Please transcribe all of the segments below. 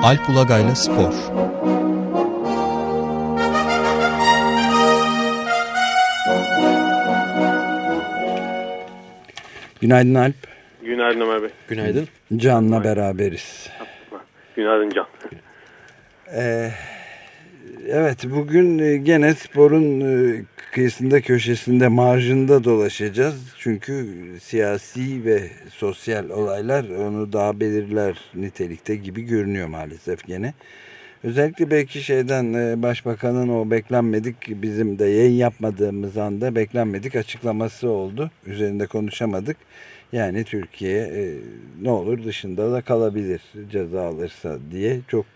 Alp Ulagay'la Spor. Günaydın Alp. Günaydın Ömer Bey. Günaydın. Can'la beraberiz. Günaydın Can. Evet, bugün gene sporun kıyısında, köşesinde, marjında dolaşacağız. Çünkü siyasi ve sosyal olaylar onu daha belirler nitelikte gibi görünüyor maalesef gene. Özellikle belki başbakanın o beklenmedik, bizim de yayın yapmadığımız anda beklenmedik açıklaması oldu. Üzerinde konuşamadık. Yani Türkiye ne olur dışında da kalabilir ceza alırsa diye çok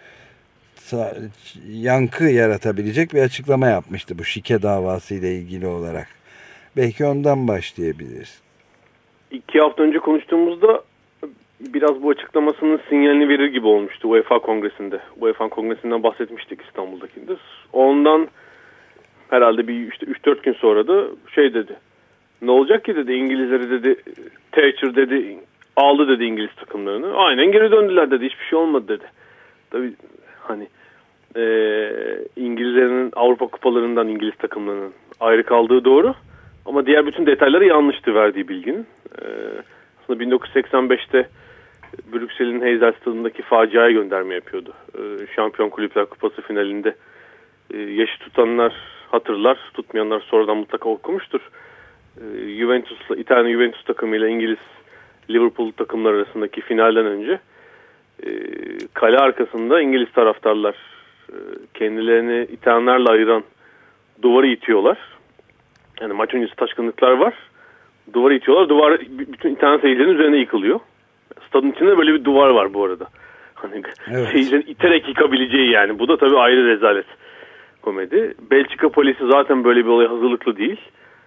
yankı yaratabilecek bir açıklama yapmıştı bu şike davası ile ilgili olarak. Belki ondan başlayabiliriz. 2 hafta önce konuştuğumuzda biraz bu açıklamasının sinyalini verir gibi olmuştu UEFA Kongresi'nde. UEFA Kongresi'nden bahsetmiştik İstanbul'dakinde. Ondan herhalde bir 3-4 gün sonra da dedi. Ne olacak ki dedi, İngilizleri dedi, Thatcher dedi, aldı dedi İngiliz takımlarını. Aynen geri döndüler dedi, hiçbir şey olmadı dedi. Tabii hani İngilizlerin Avrupa kupalarından İngiliz takımlarının ayrı kaldığı doğru. Ama diğer bütün detayları yanlıştı verdiği bilginin. Aslında 1985'te Brüksel'in Heysel Stadı'ndaki faciaya gönderme yapıyordu. Şampiyon Kulüpler Kupası finalinde yaşı tutanlar hatırlar, tutmayanlar sonradan mutlaka okumuştur. İtalyan Juventus takımıyla İngiliz Liverpool takımlar arasındaki finalden önce kale arkasında İngiliz taraftarlar kendilerini İtalyanlarla ayıran duvarı itiyorlar. Yani maç öncesi taşkınlıklar var. Duvarı itiyorlar. Duvar bütün İtalyan seyircilerin üzerine yıkılıyor. Stadın içinde böyle bir duvar var bu arada. Hani evet. Seyircilerin iterek yıkabileceği yani. Bu da tabii ayrı rezalet komedi. Belçika polisi zaten böyle bir olaya hazırlıklı değil.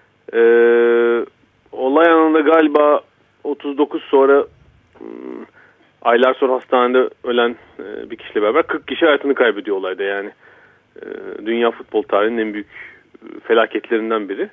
Olay anında galiba 39 sonra aylar sonra hastanede ölen bir kişiyle beraber 40 kişi hayatını kaybediyor olayda yani. Dünya futbol tarihinin en büyük felaketlerinden biri.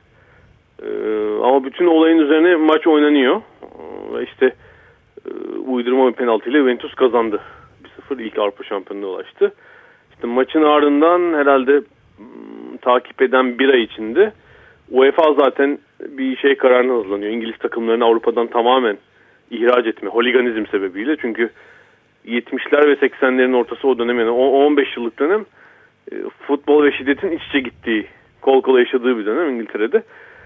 Ama bütün olayın üzerine maç oynanıyor. Ve uydurma bir penaltıyla Juventus kazandı. 1-0 ilk Avrupa şampiyonluğuna ulaştı. Maçın ardından herhalde takip eden bir ay içinde UEFA zaten bir kararına hazırlanıyor. İngiliz takımlarını Avrupa'dan tamamen ihraç etme, holiganizm sebebiyle. Çünkü 70'ler ve 80'lerin ortası o dönem, yani 15 yıllık dönem futbol ve şiddetin iç içe gittiği, kol kola yaşadığı bir dönem İngiltere'de.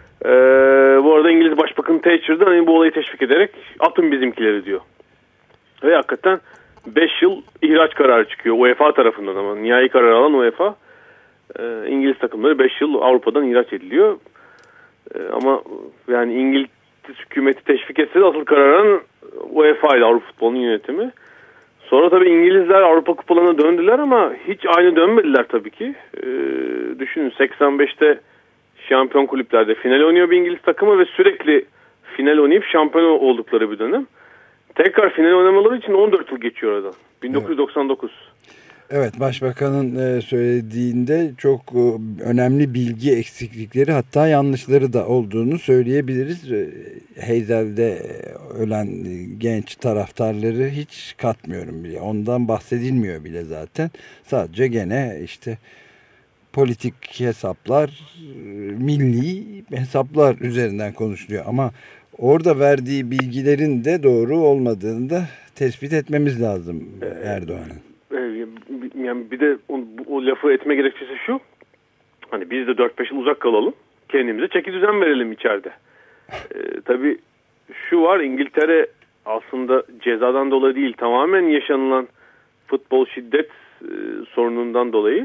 Bu arada İngiliz Başbakanı Thatcher de bu olayı teşvik ederek atın bizimkileri diyor. Ve hakikaten 5 yıl ihraç kararı çıkıyor UEFA tarafından, ama nihai karar alan UEFA. İngiliz takımları 5 yıl Avrupa'dan ihraç ediliyor. Ama yani İngiliz hükümeti teşvik etse de asıl kararın UEFA'ydı, Avrupa futbolunun yönetimi. Sonra tabii İngilizler Avrupa kupalarına döndüler ama hiç aynı dönmediler tabii ki. Düşünün, 85'te şampiyon kulüplerde final oynuyor bir İngiliz takımı ve sürekli final oynayıp şampiyon oldukları bir dönem. Tekrar final oynamaları için 14 yıl geçiyor oradan. 1999. Evet, Başbakanın söylediğinde çok önemli bilgi eksiklikleri, hatta yanlışları da olduğunu söyleyebiliriz. Heyzel'de ölen genç taraftarları hiç katmıyorum bile. Ondan bahsedilmiyor bile zaten. Sadece gene politik hesaplar, milli hesaplar üzerinden konuşuluyor. Ama orada verdiği bilgilerin de doğru olmadığını da tespit etmemiz lazım Erdoğan'ın. Yani bir de o lafı etme gerekçesi şu. Hani biz de 4-5 yıl uzak kalalım. Kendimize çeki düzen verelim içeride. Tabii şu var, İngiltere aslında cezadan dolayı değil, tamamen yaşanılan futbol şiddet sorunundan dolayı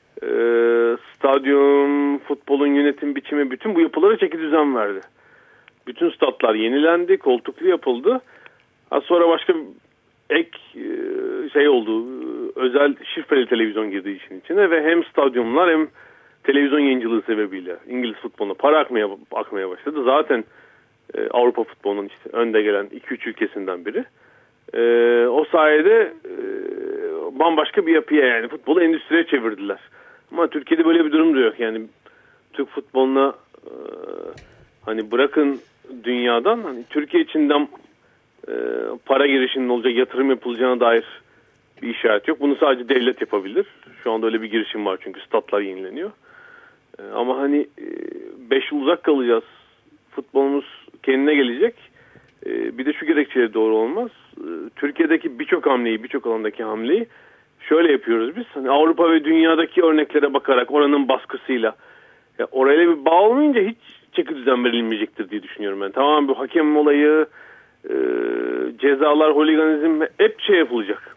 stadyum, futbolun yönetim biçimi, bütün bu yapılara çeki düzen verdi. Bütün statlar yenilendi, koltuklu yapıldı. Sonra başka ek oldu. Özel şifreli televizyon girdi işin içine ve hem stadyumlar hem televizyon yayıncılığı sebebiyle İngiliz futboluna para akmaya başladı. Zaten Avrupa futbolunun önde gelen 2-3 ülkesinden biri. O sayede bambaşka bir yapıya, yani futbolu endüstriye çevirdiler. Ama Türkiye'de böyle bir durum da yok. Yani Türk futboluna hani bırakın dünyadan, hani Türkiye içinden para girişinin olacak, yatırım yapılacağına dair bir işaret yok. Bunu sadece devlet yapabilir. Şu anda öyle bir girişim var çünkü statlar yenileniyor. Ama hani 5 yıl uzak kalacağız. Futbolumuz kendine gelecek. Bir de şu gerekçeye doğru olmaz. Türkiye'deki birçok hamleyi, birçok alandaki hamleyi şöyle yapıyoruz biz. Hani Avrupa ve dünyadaki örneklere bakarak oranın baskısıyla. Orayla bir bağ olmayınca hiç çeki düzen verilmeyecektir diye düşünüyorum ben. Tamam, bu hakem olayı, cezalar, holiganizm hep şey yapılacak.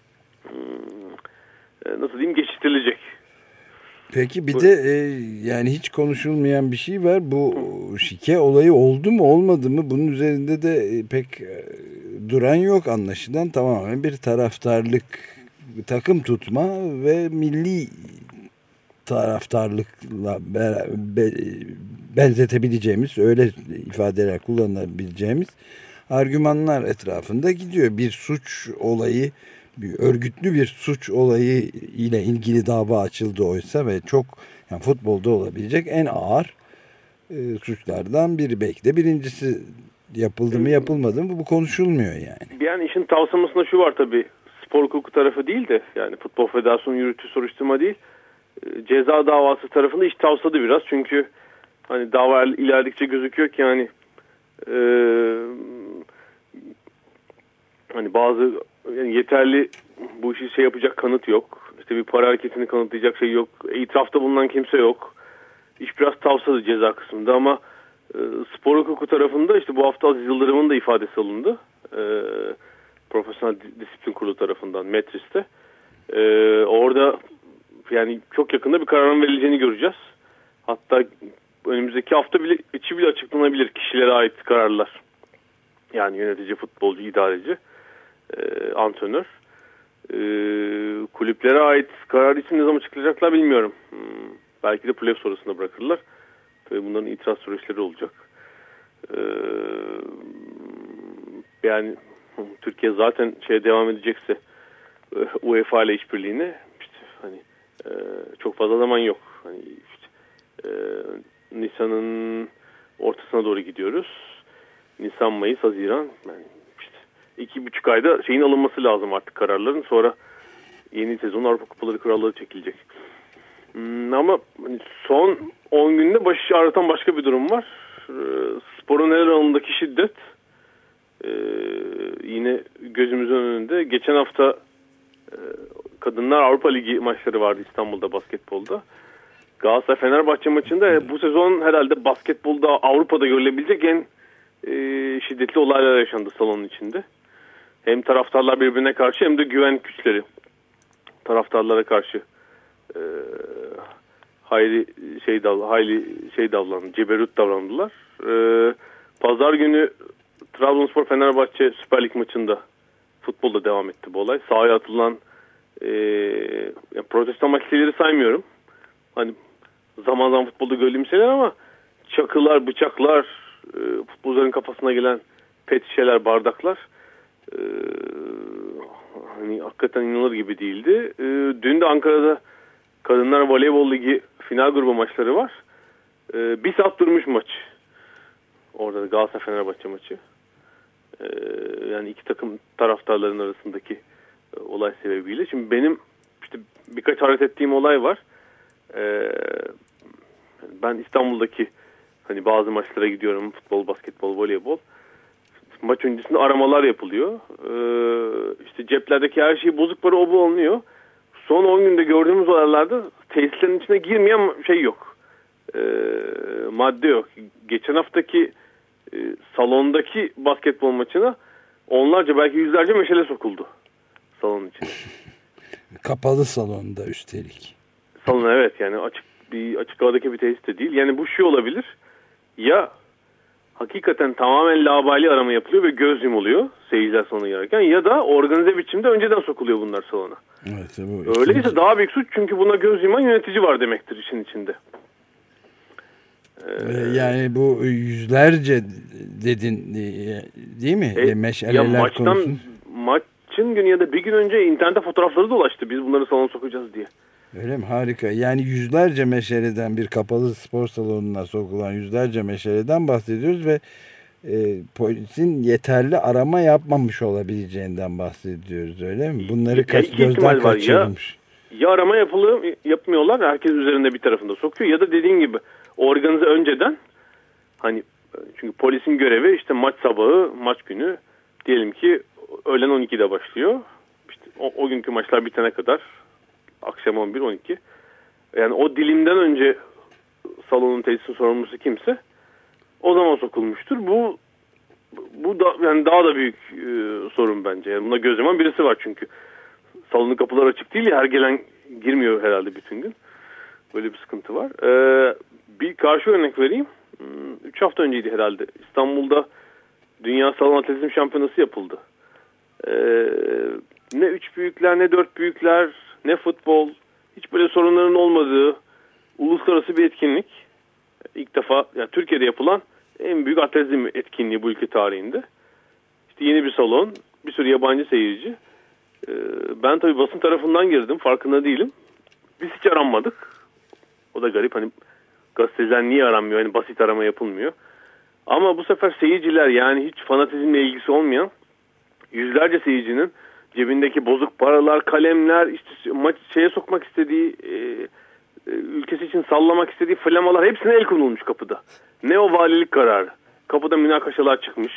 Nasıl diyeyim, geçiştirilecek. Peki bir de yani hiç konuşulmayan bir şey var. Bu şike olayı oldu mu olmadı mı? Bunun üzerinde de pek duran yok anlaşılan. Tamamen bir taraftarlık, takım tutma ve milli taraftarlıkla benzetebileceğimiz, öyle ifadeler kullanabileceğimiz argümanlar etrafında gidiyor. Bir suç olayı, bir örgütlü bir suç olayı ile ilgili dava açıldı oysa ve çok, yani futbolda olabilecek en ağır suçlardan biri, belki de birincisi. Yapıldı mı yapılmadı mı bu konuşulmuyor yani. Yani işin tavsamasında şu var tabii, spor hukuku tarafı değil de, yani Futbol Federasyonu yürüttüğü soruşturma değil, ceza davası tarafında iş tavsadı biraz. Çünkü hani dava ilerledikçe gözüküyor ki yani hani bazı yani yeterli bu işi şey yapacak kanıt yok. İşte bir para hareketini kanıtlayacak şey yok. İtirafta bulunan kimse yok. İş biraz tavsadı ceza kısmında ama spor hukuku tarafında işte bu hafta Aziz Yıldırım'ın da ifadesi alındı. Profesyonel Disiplin Kurulu tarafından Metris'te. Orada yani çok yakında bir kararın verileceğini göreceğiz. Hatta önümüzdeki hafta içi bile açıklanabilir kişilere ait kararlar. Yani yönetici, futbolcu, idareci, antrenör. Kulüplere ait karar için ne zaman açıklayacaklar bilmiyorum. Belki de playoff sonrasında bırakırlar. Tabii bunların itiraz süreçleri olacak. Yani Türkiye zaten şeye devam edecekse UEFA ile işbirliğine işte hani çok fazla zaman yok. Hani işte, Nisan'ın ortasına doğru gidiyoruz. Nisan, Mayıs, Haziran. Yani işte 2,5 ayda şeyin alınması lazım artık, kararların. Sonra yeni sezon Avrupa Kupaları kuralları çekilecek. Ama hani son 10 günde başı ağrıtan başka bir durum var. Sporun her alanındaki şiddet yine gözümüzün önünde. Geçen hafta Kadınlar Avrupa Ligi maçları vardı İstanbul'da, basketbolda. Galatasaray-Fenerbahçe maçında bu sezon herhalde basketbolda Avrupa'da görülebilecek en şiddetli olaylar yaşandı salonun içinde. Hem taraftarlar birbirine karşı hem de güven güçleri taraftarlara karşı hayli şey davrandı, ceberut davrandılar. Pazar günü Trabzonspor Fenerbahçe Süper Lig maçında futbolda devam etti bu olay. Sahaya atılan protesto amaçlıları saymıyorum. Hani zaman zaman futbolda gördüğüm şeyler ama çakılar, bıçaklar, futbolcuların kafasına gelen pet şişeler, bardaklar hani hakikaten inanılır gibi değildi. Dün de Ankara'da Kadınlar Voleybol Ligi final grubu maçları var. Bir saat durmuş maç. Orada da Galatasaray-Fenerbahçe maçı. Yani iki takım taraftarların arasındaki olay sebebiyle. Şimdi benim işte birkaç hareket ettiğim olay var. Ben İstanbul'daki hani bazı maçlara gidiyorum. Futbol, basketbol, voleybol. Maç öncesinde aramalar yapılıyor. İşte ceplerdeki her şey, bozuk para, o bu alınıyor. Son 10 günde gördüğümüz olaylarda tesislerin içine girmeyen şey yok. Madde yok. Geçen haftaki salondaki basketbol maçına onlarca, belki yüzlerce meşale sokuldu salonun içine. Kapalı salonda üstelik. Salon, evet, yani açık havadaki bir tesis de değil. Yani bu şey olabilir. Ya hakikaten tamamen labali arama yapılıyor ve göz yumuluyor seyirciler salona girerken, ya da organize biçimde önceden sokuluyor bunlar salona. Evet, bu öyleyse daha büyük suç, çünkü buna göz yuman yönetici var demektir işin içinde. Yani bu yüzlerce dedin değil mi? Meşaleler konusunda. Maçın günü ya da bir gün önce internette fotoğrafları dolaştı. Biz bunları salona sokacağız diye. Öyle mi? Harika. Yani yüzlerce meşaleden, bir kapalı spor salonuna sokulan yüzlerce meşaleden bahsediyoruz ve polisin yeterli arama yapmamış olabileceğinden bahsediyoruz, öyle mi? Bunları gözden ihtimal var kaçırmış. Ya arama yapmıyorlar, herkes üzerinde bir tarafında sokuyor, ya da dediğin gibi organize önceden, hani çünkü polisin görevi işte maç sabahı, maç günü diyelim ki öğlen 12'de başlıyor. İşte o günkü maçlar bitene kadar akşam 11-12. Yani o dilimden önce salonun tesisin sorumlusu kimse o zaman sokulmuştur. Bu da yani daha da büyük sorun bence. Yani buna göz yuman birisi var çünkü. Salonun kapıları açık değil ya, her gelen girmiyor herhalde bütün gün. Böyle bir sıkıntı var. Bir karşı örnek vereyim. 3 hafta önceydi herhalde. İstanbul'da Dünya Salon Atletizm Şampiyonası yapıldı. Ne 3 büyükler, ne 4 büyükler, ne futbol. Hiç böyle sorunların olmadığı uluslararası bir etkinlik. İlk defa yani Türkiye'de yapılan en büyük atletizm etkinliği bu ülke tarihinde. İşte yeni bir salon, bir sürü yabancı seyirci. Ben tabii basın tarafından girdim, farkında değilim. Biz hiç aranmadık. O da garip, hani gazeteciler niye aranmıyor, hani basit arama yapılmıyor. Ama bu sefer seyirciler, yani hiç fanatizmle ilgisi olmayan yüzlerce seyircinin cebindeki bozuk paralar, kalemler, işte maç şeye sokmak istediği, ülkesi için sallamak istediği flamalar, hepsine el konulmuş kapıda. Ne o valilik kararı. Kapıda münakaşalar çıkmış.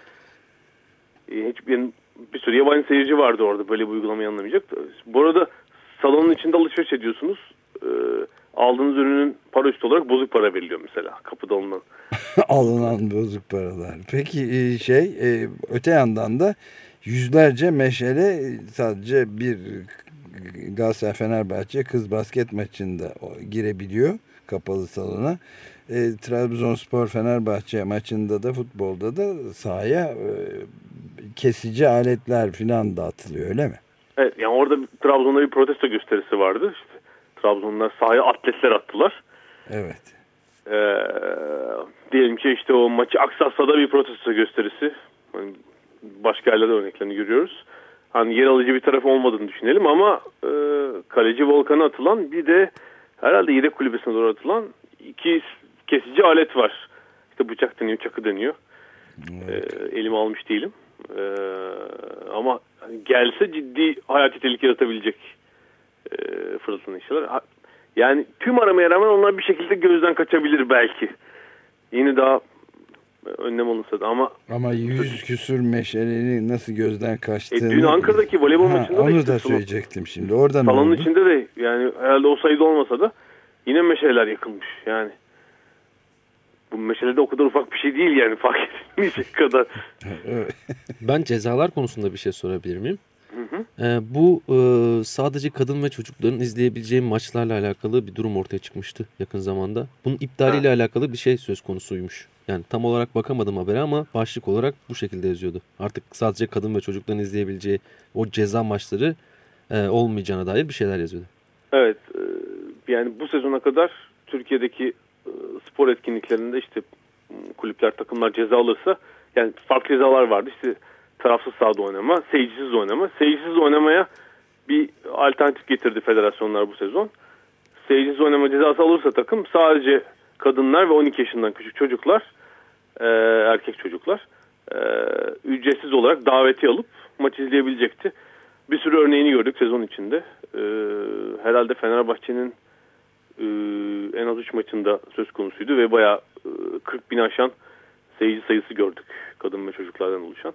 Bir sürü yabancı seyirci vardı orada, böyle bir uygulamayı anlamayacak. Bu arada salonun içinde alışveriş ediyorsunuz. Aldığınız ürünün para üstü olarak bozuk para veriliyor mesela kapıda alınan. Alınan bozuk paralar. Peki öte yandan da yüzlerce meşale sadece bir Galatasaray Fenerbahçe kız basket maçında girebiliyor kapalı salona. Trabzonspor Fenerbahçe maçında da, futbolda da sahaya kesici aletler filan dağıtılıyor, öyle mi? Evet, yani orada Trabzon'da bir protesto gösterisi vardı. İşte Trabzonlular sahaya atletler attılar. Evet. Diyelim ki işte o maçı aksatsa'da bir protesto gösterisi. Yani başka yerlerde örneklerini görüyoruz. Hani yer alıcı bir taraf olmadığını düşünelim ama kaleci Volkan'a atılan, bir de herhalde yedek kulübesine doğru atılan 2 kesici alet var. İşte bıçak deniyor, çakı deniyor. Evet. Elime almış değilim. Ama gelse ciddi hayati tehlike yaratabilecek fırlatılan işler. Yani tüm aramaya rağmen onlar bir şekilde gözden kaçabilir belki. Yine daha önlem alınsa da ama 100 küsür meşalenin nasıl gözden kaçtığını... Dün Ankara'daki voleybol maçında onu da işte söyleyecektim şimdi. Orada salonun içinde de, yani herhalde o sayıda olmasa da yine meşaleler yakılmış. Yani bu meşale de o kadar ufak bir şey değil, yani fark edilmeyecek kadar. Ben cezalar konusunda bir şey sorabilir miyim? Bu sadece kadın ve çocukların izleyebileceği maçlarla alakalı bir durum ortaya çıkmıştı yakın zamanda. Bunun iptaliyle alakalı bir şey söz konusuymuş. Yani tam olarak bakamadım habere ama başlık olarak bu şekilde yazıyordu. Artık sadece kadın ve çocukların izleyebileceği o ceza maçları olmayacağına dair bir şeyler yazıyordu. Evet, yani bu sezona kadar Türkiye'deki spor etkinliklerinde işte kulüpler, takımlar ceza alırsa, yani farklı cezalar vardı. İşte tarafsız sahada oynama, seyircisiz oynama. Seyircisiz oynamaya bir alternatif getirdi federasyonlar bu sezon. Seyircisiz oynama cezası alırsa takım, sadece kadınlar ve 12 yaşından küçük çocuklar, erkek çocuklar ücretsiz olarak daveti alıp maç izleyebilecekti. Bir sürü örneğini gördük sezon içinde. Herhalde Fenerbahçe'nin en az 3 maçında söz konusuydu ve bayağı 40 bin aşan seyirci sayısı gördük, kadın ve çocuklardan oluşan.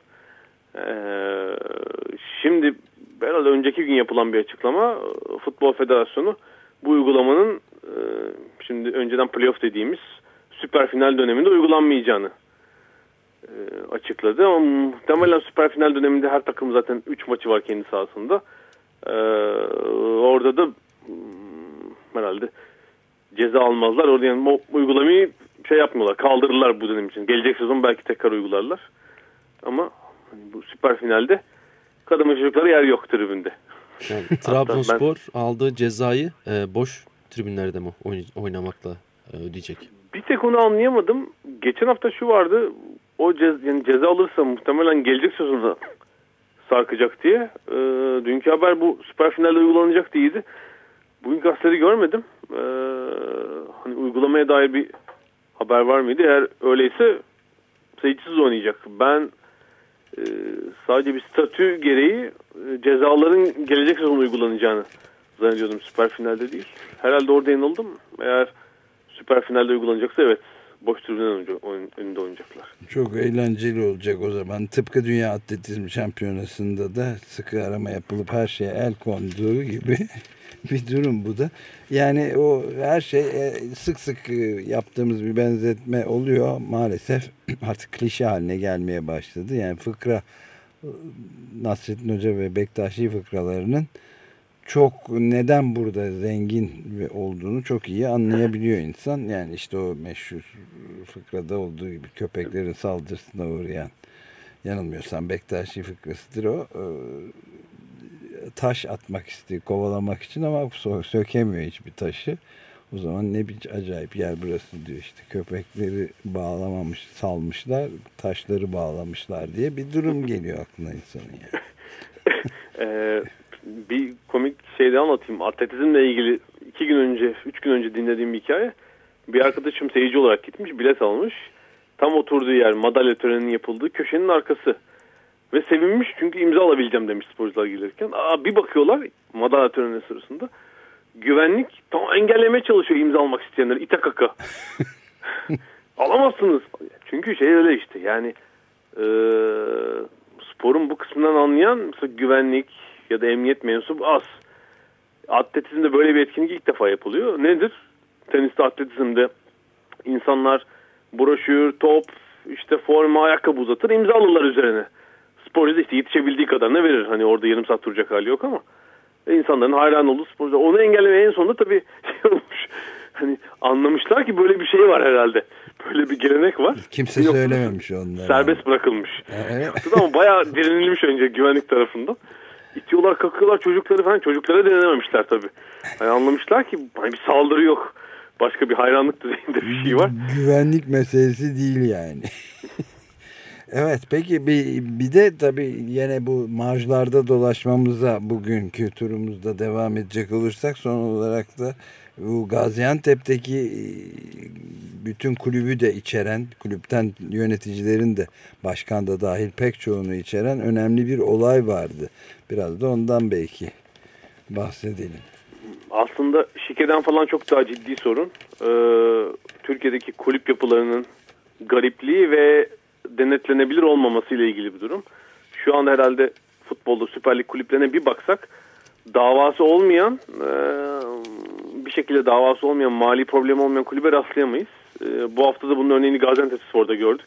Şimdi herhalde önceki gün yapılan bir açıklama, Futbol Federasyonu bu uygulamanın şimdi önceden playoff dediğimiz süper final döneminde uygulanmayacağını açıkladı. Ama muhtemelen süper final döneminde her takım zaten 3 maçı var kendi sahasında. Orada da herhalde ceza almazlar. Orada yani uygulamayı yapmıyorlar, kaldırırlar bu dönem için. Gelecek sezon belki tekrar uygularlar. Ama bu süper finalde kadın ve çocuklara yer yok tribünde. Yani, Trabzonspor aldığı cezayı boş tribünlerde mi oynamakla ödeyecek? Bir tek onu anlayamadım. Geçen hafta şu vardı. O yani ceza alırsa muhtemelen gelecek sezonda sarkacak diye. Dünkü haber bu süper finalde uygulanacak diyeydi. Bugün gazeteleri görmedim. Hani uygulamaya dair bir haber var mıydı? Eğer öyleyse seyircisiz oynayacak. Ben sadece bir statü gereği cezaların gelecek sezon uygulanacağını zannediyordum, süper finalde değil. Herhalde orada yanıldım. Eğer süper finalde uygulanacaksa evet, boş tribünün önünde oynayacaklar. Çok eğlenceli olacak o zaman. Tıpkı Dünya Atletizm Şampiyonası'nda da sıkı arama yapılıp her şeye el konduğu gibi bir durum bu da. Yani o her şey sık sık yaptığımız bir benzetme oluyor. Maalesef artık klişe haline gelmeye başladı. Yani fıkra, Nasrettin Hoca ve Bektaşi fıkralarının çok neden burada zengin olduğunu çok iyi anlayabiliyor insan. Yani işte o meşhur fıkrada olduğu gibi köpeklerin saldırısına uğrayan, yanılmıyorsam Bektaşi fıkrasıdır o. Taş atmak istiyor, kovalamak için ama sökemiyor hiçbir taşı. O zaman ne bir acayip yer burası diyor, işte köpekleri bağlamamış, salmışlar, taşları bağlamışlar diye bir durum geliyor aklına insanın yani. Bir komik şey de anlatayım. Atletizmle ilgili 3 gün önce dinlediğim bir hikaye. Bir arkadaşım seyirci olarak gitmiş, bilet almış. Tam oturduğu yer, madalya töreninin yapıldığı köşenin arkası. Ve sevinmiş çünkü imza alabileceğim demiş sporcular gelirken. Bir bakıyorlar madalya töreni sırasında. Güvenlik tam engellemeye çalışıyor imza almak isteyenleri. İte kaka. Alamazsınız. Çünkü şey öyle işte yani sporun bu kısmından anlayan mesela güvenlik ya da emniyet mensubu az. Atletizmde böyle bir etkinlik ilk defa yapılıyor. Nedir? Teniste, atletizmde insanlar broşür, top, işte forma, ayakkabı uzatır, imza alırlar üzerine. Sporcu da işte yetişebildiği kadarını verir. Hani orada yarım saat duracak hali yok ama insanların hayran olduğu sporcular. Onu engellemeye en sonunda tabii şey olmuş. Hani anlamışlar ki böyle bir şey var herhalde. Böyle bir gelenek var. Kimse söylememiş onlara. Serbest bırakılmış. Evet. Ama bayağı direnilmiş önce güvenlik tarafından. İtiyorlar, kakıyorlar çocukları falan. Çocuklara denememişler tabii. Yani anlamışlar ki hani bir saldırı yok. Başka bir hayranlık düzeyinde bir şey var. Güvenlik meselesi değil yani. Evet, peki bir de tabii yine bu marjlarda dolaşmamıza bugünkü turumuzda devam edecek olursak, son olarak da bu Gaziantep'teki bütün kulübü de içeren, kulüpten yöneticilerin de, başkan da dahil pek çoğunu içeren önemli bir olay vardı. Biraz da ondan belki bahsedelim. Aslında şikeden falan çok daha ciddi sorun. Türkiye'deki kulüp yapılarının garipliği ve denetlenebilir olmaması ile ilgili bir durum. Şu anda herhalde futbolda Süper Lig kulüplerine bir baksak davası olmayan, bir şekilde davası olmayan, mali problemi olmayan kulübe rastlayamayız. Bu hafta da bunun örneğini Gaziantepspor'da gördük.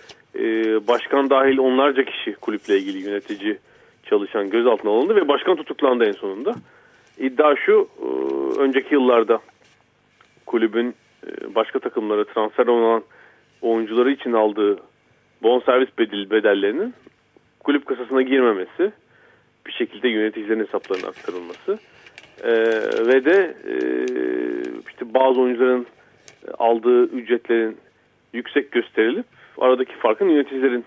Başkan dahil onlarca kişi kulüple ilgili, yönetici, çalışan gözaltına alındı ve başkan tutuklandı en sonunda. İddia şu, önceki yıllarda kulübün başka takımlara transfer olan oyuncuları için aldığı bonservis bedellerinin kulüp kasasına girmemesi, bir şekilde yöneticilerin hesaplarına aktarılması ve de işte bazı oyuncuların aldığı ücretlerin yüksek gösterilip aradaki farkın yöneticilerin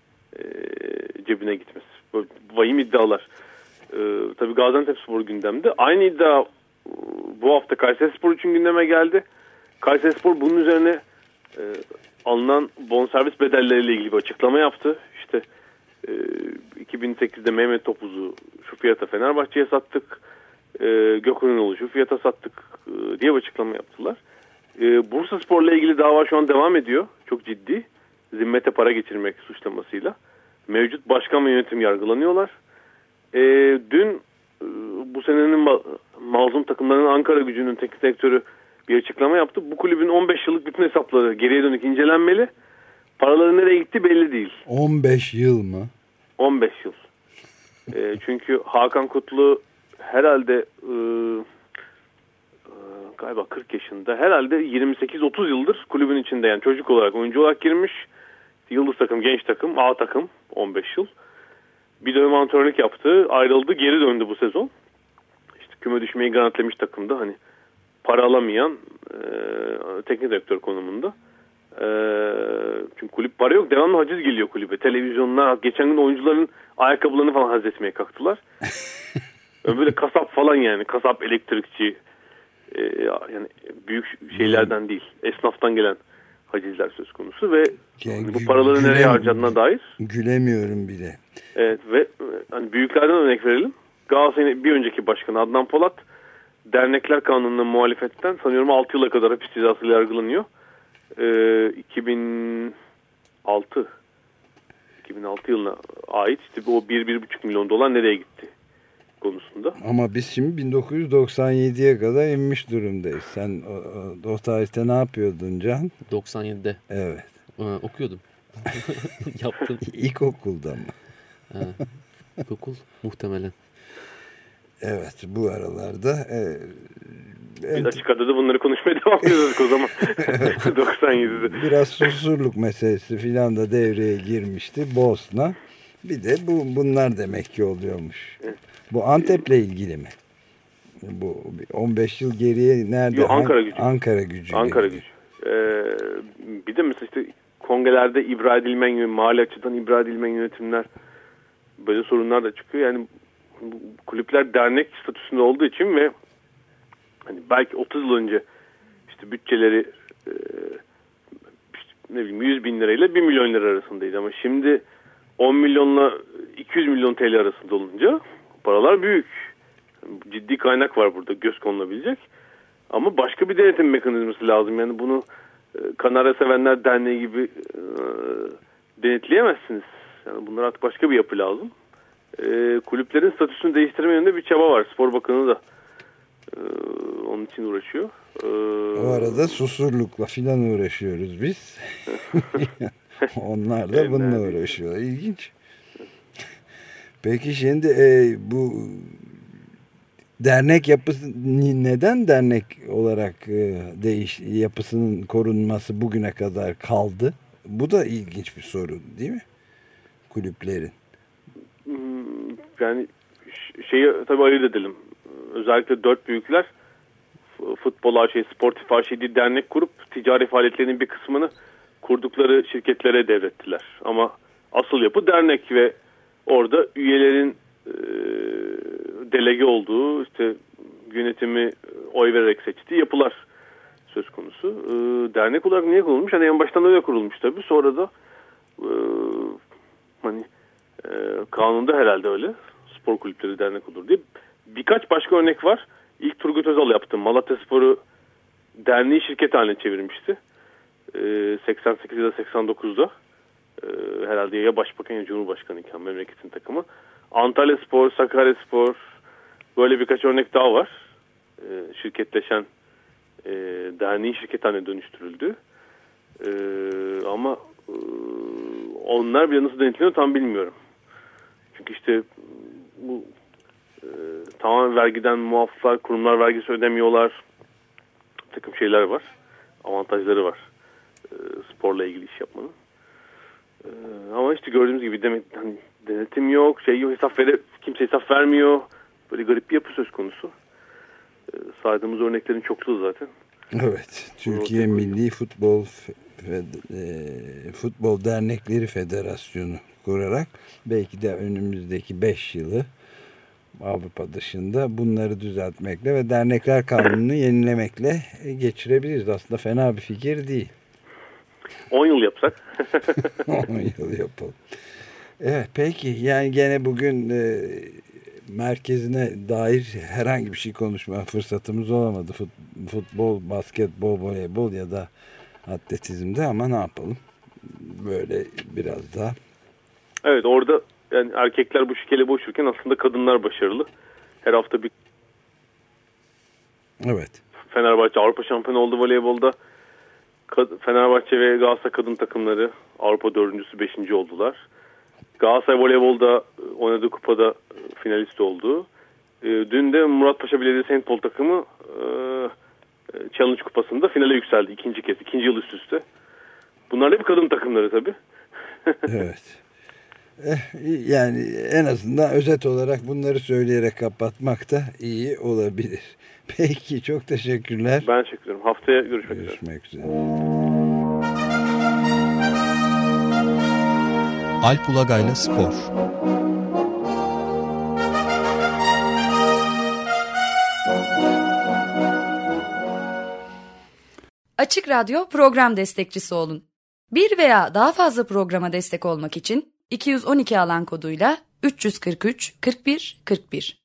cebine gitmesi. Böyle vahim iddialar. Tabii Gaziantepspor gündemde. Aynı iddia bu hafta Kayserispor için gündeme geldi. Kayserispor bunun üzerine alınan bonservis bedelleriyle ilgili bir açıklama yaptı. İşte 2008'de Mehmet Topuz'u şu fiyata Fenerbahçe'ye sattık. Gökhan Ünal'ı şu fiyata sattık diye bir açıklama yaptılar. Bursaspor'la ilgili dava şu an devam ediyor. Çok ciddi. Zimmete para geçirmek suçlamasıyla. Mevcut başkan ve yönetim yargılanıyorlar. Dün bu senenin mazlum takımlarının Ankara Gücü'nün teknik direktörü bir açıklama yaptı. Bu kulübün 15 yıllık bütün hesapları geriye dönük incelenmeli. Paraları nereye gitti belli değil. 15 yıl mı? 15 yıl. Çünkü Hakan Kutlu herhalde galiba 40 yaşında. Herhalde 28-30 yıldır kulübün içinde, yani çocuk olarak, oyuncu olarak girmiş. Yıldız takım, genç takım, A takım 15 yıl. Bir dönem antrenörlük yaptı. Ayrıldı, geri döndü bu sezon. İşte küme düşmeyi garantilemiş takımda, hani para alamayan teknik direktör konumunda. Çünkü kulüp para yok. Devamlı haciz geliyor kulübe. Televizyonlar, geçen gün oyuncuların ayakkabılarını falan haciz etmeye kalktılar. Böyle kasap falan yani. Kasap, elektrikçi, yani büyük şeylerden değil. Esnaftan gelen hacizler söz konusu ve Yani bu paraları nereye harcadığına dair. Gülemiyorum bile. Evet ve hani büyüklerden örnek verelim. Galatasaray'ın bir önceki başkanı Adnan Polat dernekler kanununa muhalefetten sanıyorum 6 yıla kadar hapis cezasıyla yargılanıyor. 2006 yılına ait işte o 1-1,5 milyon dolar nereye gitti konusunda. Ama biz şimdi 1997'ye kadar inmiş durumdayız. Sen o tarihte ne yapıyordun Can? 97'de. Evet. Okuyordum. Yaptım. İlkokulda mı? İlkokul muhtemelen. Evet, bu aralarda Biz açık adada bunları konuşmaya devam ediyorduk o zaman. 97'de. biraz Susurluk meselesi filan da devreye girmişti. Bosna. Bir de bunlar demek ki oluyormuş. Evet. Bu Antep'le ilgili mi? Bu 15 yıl geriye nerede? Yo, Ankara Gücü. Ankara Gücü. Bir de mesela işte kongrelerde ibra edilmeyen, mali açıdan ibra edilmeyen yönetimler, böyle sorunlar da çıkıyor. Yani kulüpler dernek statüsünde olduğu için ve hani belki 30 yıl önce işte bütçeleri ne bileyim 100 bin lirayla 1 milyon lira arasındaydı ama şimdi 10 milyonla 200 milyon TL arasında olunca paralar büyük. Ciddi kaynak var burada göz konulabilecek. Ama başka bir denetim mekanizması lazım. Yani bunu Kanarya Sevenler Derneği gibi denetleyemezsiniz. Yani bunlar artık başka bir yapı lazım. Kulüplerin statüsünü değiştirme yönünde bir çaba var. Spor Bakanı da onun için uğraşıyor. O arada Susurluk'la filan uğraşıyoruz biz. Onlar da bununla uğraşıyor. İlginç. Peki şimdi bu dernek yapısı neden dernek olarak yapısının korunması bugüne kadar kaldı? Bu da ilginç bir soru değil mi? Kulüplerin. Yani tabii ayırt edelim. Özellikle 4 büyükler futbol AŞ, Sportif AŞ diye dernek kurup ticari faaliyetlerinin bir kısmını kurdukları şirketlere devrettiler. Ama asıl yapı dernek ve orada üyelerin delege olduğu, işte yönetimi oy vererek seçtiği yapılar söz konusu. Dernek olarak niye kurulmuş? Hani en baştan öyle kurulmuş tabii. Sonra da kanunda herhalde öyle. Spor kulüpleri dernek olur diye. Birkaç başka örnek var. İlk Turgut Özal yaptı. Malatyaspor'u derneği şirket haline çevirmişti. 88 ya da 89'da. Herhalde ya Başbakan ya Cumhurbaşkanı iken memleketin takımı. Antalyaspor, Sakaryaspor, böyle birkaç örnek daha var. Şirketleşen derneğin şirket haline dönüştürüldü. Ama onlar bile nasıl denetleniyor tam bilmiyorum. Çünkü işte bu tamamen vergiden muaflar, kurumlar vergisi ödemiyorlar. Bir takım şeyler var. Avantajları var. Sporla ilgili iş yapmanın. Ama işte gördüğümüz gibi hani denetim yok, yok, kimse hesap vermiyor. Böyle garip bir yapı söz konusu. Saydığımız örneklerin çokluğu zaten. Evet. Türkiye Milli Futbol Dernekleri Federasyonu kurarak belki de önümüzdeki 5 yılı Avrupa dışında bunları düzeltmekle ve dernekler kanununu yenilemekle geçirebiliriz. Aslında fena bir fikir değil. 10 yıl yapsak. 10 yıl yapalım. Evet, peki yani gene bugün merkezine dair herhangi bir şey konuşma fırsatımız olamadı. Futbol, basketbol, voleybol ya da atletizmde ama ne yapalım? Böyle biraz daha. Evet, orada yani erkekler bu şikeli boşurken aslında kadınlar başarılı. Her hafta bir Fenerbahçe Avrupa şampiyonu oldu voleybolda. Fenerbahçe ve Galatasaray kadın takımları Avrupa 4.'sü 5. oldular. Galatasaray voleybolda oynadığı kupada finalist oldu. Dün de Muratpaşa Belediye St. Paul takımı Challenge kupasında finale yükseldi. 2. yıl üst üste. Bunlar da bir kadın takımları tabii. Evet. Yani en azından özet olarak bunları söyleyerek kapatmak da iyi olabilir. Peki, çok teşekkürler. Ben teşekkür ederim. Haftaya görüşmek üzere. Alp Ulagay'la Spor. Açık Radyo program destekçisi olun. Bir veya daha fazla programa destek olmak için 212 alan koduyla 343 41 41